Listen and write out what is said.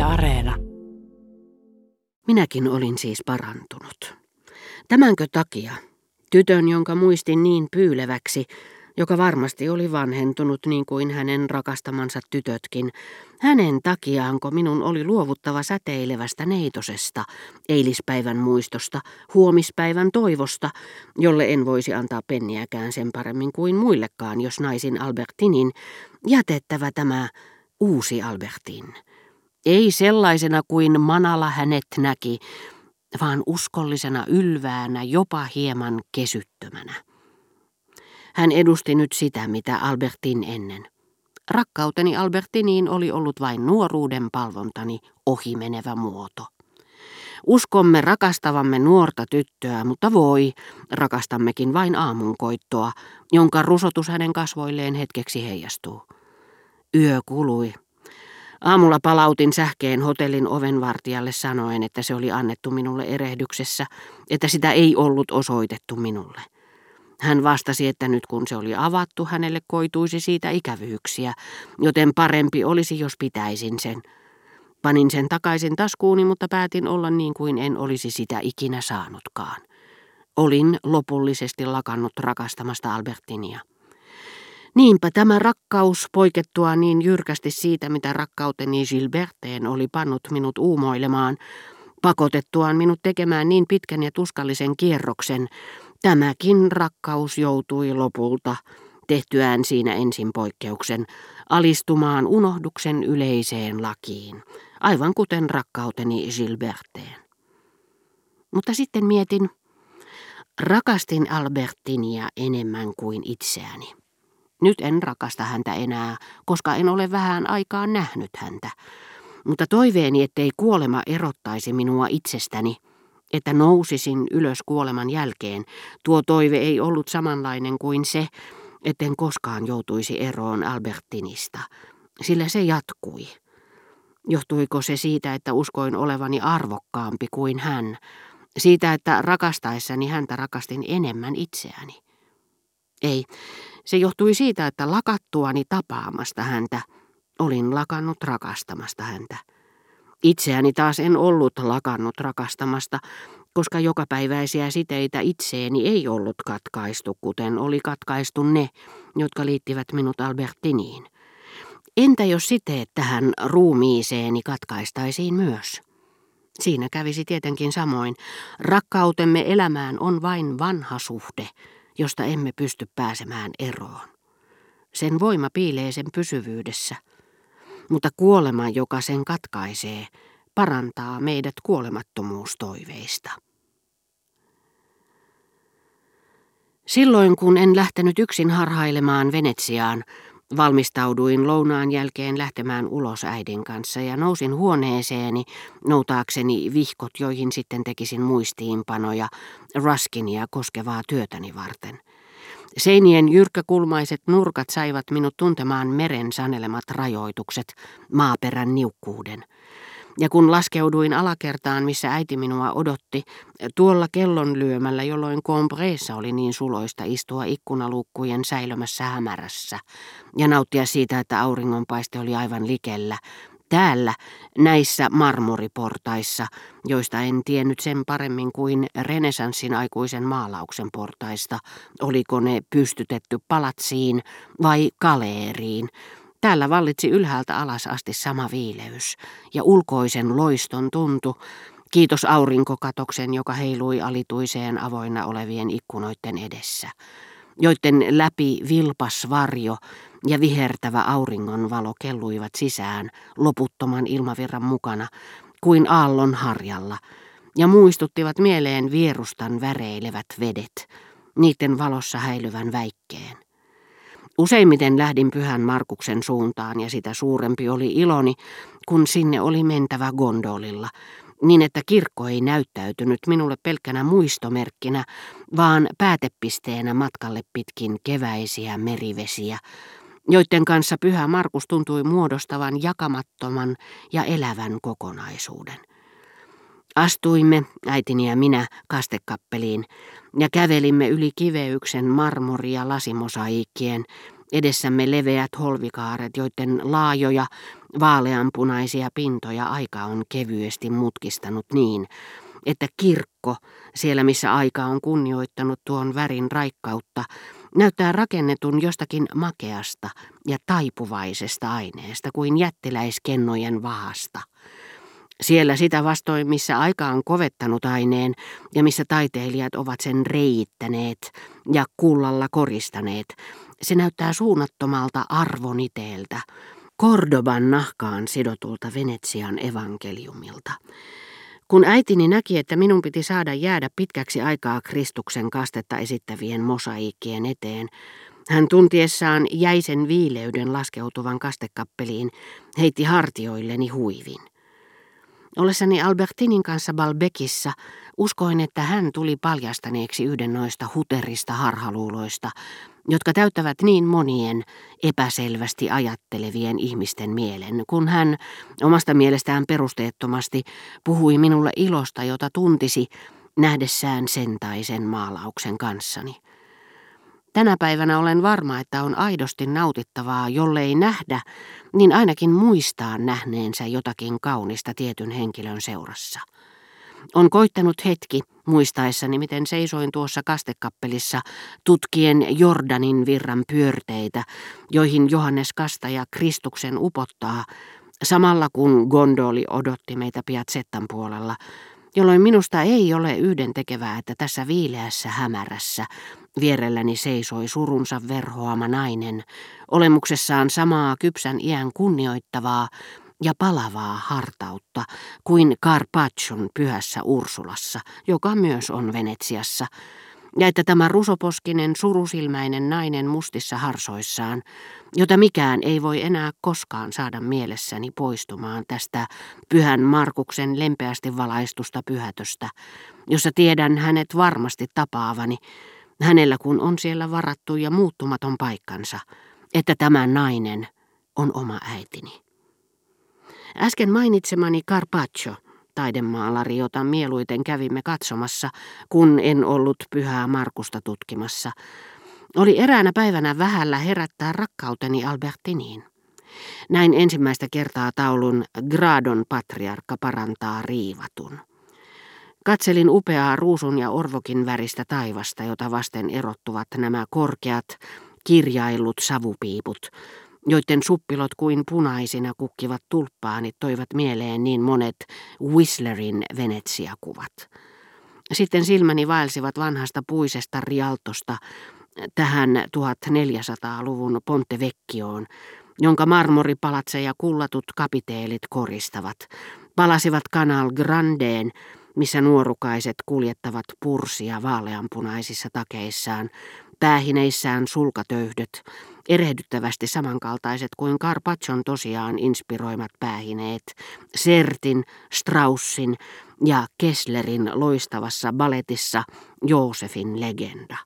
Areena. Minäkin olin siis parantunut. Tämänkö takia tytön, jonka muistin niin pyyleväksi, joka varmasti oli vanhentunut niin kuin hänen rakastamansa tytötkin, hänen takiaanko minun oli luovuttava säteilevästä neitosesta, eilispäivän muistosta, huomispäivän toivosta, jolle en voisi antaa penniäkään sen paremmin kuin muillekaan, jos naisin Albertinin, jätettävä tämä uusi Albertin. Ei sellaisena kuin Manala hänet näki, vaan uskollisena ylväänä, jopa hieman kesyttömänä. Hän edusti nyt sitä, mitä Albertin ennen. Rakkauteni Albertiniin oli ollut vain nuoruuden palvontani ohimenevä muoto. Uskomme rakastavamme nuorta tyttöä, mutta voi, rakastammekin vain aamunkoittoa, jonka rusotus hänen kasvoilleen hetkeksi heijastuu. Yö kului. Aamulla palautin sähkeen hotellin ovenvartijalle sanoen, että se oli annettu minulle erehdyksessä, että sitä ei ollut osoitettu minulle. Hän vastasi, että nyt kun se oli avattu, hänelle koituisi siitä ikävyyksiä, joten parempi olisi, jos pitäisin sen. Panin sen takaisin taskuuni, mutta päätin olla niin kuin en olisi sitä ikinä saanutkaan. Olin lopullisesti lakannut rakastamasta Albertinia. Niinpä tämä rakkaus poikettua niin jyrkästi siitä, mitä rakkauteni Gilberteen oli pannut minut uumoilemaan, pakotettuaan minut tekemään niin pitkän ja tuskallisen kierroksen, tämäkin rakkaus joutui lopulta, tehtyään siinä ensin poikkeuksen, alistumaan unohduksen yleiseen lakiin, aivan kuten rakkauteni Gilberteen. Mutta sitten mietin, rakastin Albertinia enemmän kuin itseäni. Nyt en rakasta häntä enää, koska en ole vähään aikaan nähnyt häntä. Mutta toiveeni, ettei kuolema erottaisi minua itsestäni, että nousisin ylös kuoleman jälkeen, tuo toive ei ollut samanlainen kuin se, etten koskaan joutuisi eroon Albertinista, sillä se jatkui. Johtuiko se siitä, että uskoin olevani arvokkaampi kuin hän, siitä, että rakastaessani häntä rakastin enemmän itseäni? Ei, se johtui siitä, että lakattuani tapaamasta häntä, olin lakannut rakastamasta häntä. Itseäni taas en ollut lakannut rakastamasta, koska jokapäiväisiä siteitä itseeni ei ollut katkaistu, kuten oli katkaistu ne, jotka liittivät minut Albertiniin. Entä jos siteet tähän ruumiiseeni katkaistaisiin myös? Siinä kävisi tietenkin samoin. Rakkautemme elämään on vain vanha suhde, josta emme pysty pääsemään eroon. Sen voima piilee sen pysyvyydessä, mutta kuolema, joka sen katkaisee, parantaa meidät kuolemattomuustoiveista. Silloin, kun en lähtenyt yksin harhailemaan Venetsiaan, valmistauduin lounaan jälkeen lähtemään ulos äidin kanssa ja nousin huoneeseeni noutaakseni vihkot, joihin sitten tekisin muistiinpanoja Ruskinia koskevaa työtäni varten. Seinien jyrkkäkulmaiset nurkat saivat minut tuntemaan meren sanelemat rajoitukset, maaperän niukkuuden. Ja kun laskeuduin alakertaan, missä äiti minua odotti, tuolla kellonlyömällä, jolloin Combreessa oli niin suloista istua ikkunaluukkujen säilömässä hämärässä ja nauttia siitä, että auringonpaiste oli aivan likellä, täällä, näissä marmoriportaissa, joista en tiennyt sen paremmin kuin renesanssin aikuisen maalauksen portaista, oliko ne pystytetty palatsiin vai kaleeriin. Täällä vallitsi ylhäältä alas asti sama viileys ja ulkoisen loiston tuntu, kiitos aurinkokatoksen, joka heilui alituiseen avoinna olevien ikkunoiden edessä, joiden läpi vilpas varjo ja vihertävä auringonvalo kelluivat sisään loputtoman ilmavirran mukana kuin aallon harjalla ja muistuttivat mieleen vierustan väreilevät vedet, niiden valossa häilyvän väikkeen. Useimmiten lähdin Pyhän Markuksen suuntaan ja sitä suurempi oli iloni, kun sinne oli mentävä gondolilla, niin että kirkko ei näyttäytynyt minulle pelkkänä muistomerkkinä, vaan päätepisteenä matkalle pitkin keväisiä merivesiä, joiden kanssa Pyhä Markus tuntui muodostavan jakamattoman ja elävän kokonaisuuden. Astuimme, äitini ja minä, kastekappeliin ja kävelimme yli kiveyksen marmori- ja lasimosaiikkien, Edessämme leveät holvikaaret, joiden laajoja, vaaleanpunaisia pintoja aika on kevyesti mutkistanut niin, että kirkko, siellä missä aika on kunnioittanut tuon värin raikkautta, näyttää rakennetun jostakin makeasta ja taipuvaisesta aineesta kuin jättiläiskennojen vahasta. Siellä sitä vastoin, missä aika on kovettanut aineen ja missä taiteilijat ovat sen reiittäneet ja kullalla koristaneet, se näyttää suunnattomalta arvoniteeltä, Cordoban nahkaan sidotulta Venetsian evankeliumilta. Kun äitini näki, että minun piti saada jäädä pitkäksi aikaa Kristuksen kastetta esittävien mosaiikkien eteen, hän tuntiessaan jäisen viileyden laskeutuvan kastekappeliin heitti hartioilleni huivin. Ollessani Albertinin kanssa Balbekissa uskoin, että hän tuli paljastaneeksi yhden noista huterista harhaluuloista, jotka täyttävät niin monien epäselvästi ajattelevien ihmisten mielen, kun hän omasta mielestään perusteettomasti puhui minulle ilosta, jota tuntisi nähdessään sen tai sen maalauksen kanssani. Tänä päivänä olen varma, että on aidosti nautittavaa, jollei nähdä, niin ainakin muistaa nähneensä jotakin kaunista tietyn henkilön seurassa. On koittanut hetki, muistaessani miten seisoin tuossa kastekappelissa tutkien Jordanin virran pyörteitä, joihin Johannes Kastaja Kristuksen upottaa, samalla kun gondoli odotti meitä Piazettan puolella, jolloin minusta ei ole yhdentekevää, että tässä viileässä hämärässä vierelläni seisoi surunsa verhoama nainen, olemuksessaan samaa kypsän iän kunnioittavaa ja palavaa hartautta kuin Carpaccion pyhässä Ursulassa, joka myös on Venetsiassa, ja että tämä rusoposkinen surusilmäinen nainen mustissa harsoissaan, jota mikään ei voi enää koskaan saada mielessäni poistumaan tästä pyhän Markuksen lempeästi valaistusta pyhätöstä, jossa tiedän hänet varmasti tapaavani, hänellä kun on siellä varattu ja muuttumaton paikkansa, että tämä nainen on oma äitini. Äsken mainitsemani Carpaccio, taidemaalari, jota mieluiten kävimme katsomassa, kun en ollut pyhää Markusta tutkimassa, oli eräänä päivänä vähällä herättää rakkauteni Albertiniin. Näin ensimmäistä kertaa taulun Gradon patriarkka parantaa riivatun. Katselin upeaa ruusun ja orvokin väristä taivasta, jota vasten erottuvat nämä korkeat, kirjaillut savupiiput, joiden suppilot kuin punaisina kukkivat tulppaanit toivat mieleen niin monet Whistlerin Venetsia-kuvat. Sitten silmäni vaelsivat vanhasta puisesta Rialtosta tähän 1400-luvun Ponte Vecchioon, jonka marmoripalatseja kullatut kapiteelit koristavat, palasivat Canal Grandeen, missä nuorukaiset kuljettavat pursia vaaleanpunaisissa takeissaan, päähineissään sulkatöyhdöt, erehdyttävästi samankaltaiset kuin Carpaccion tosiaan inspiroimat päähineet, Sertin, Straussin ja Kesslerin loistavassa balletissa Joosefin legenda.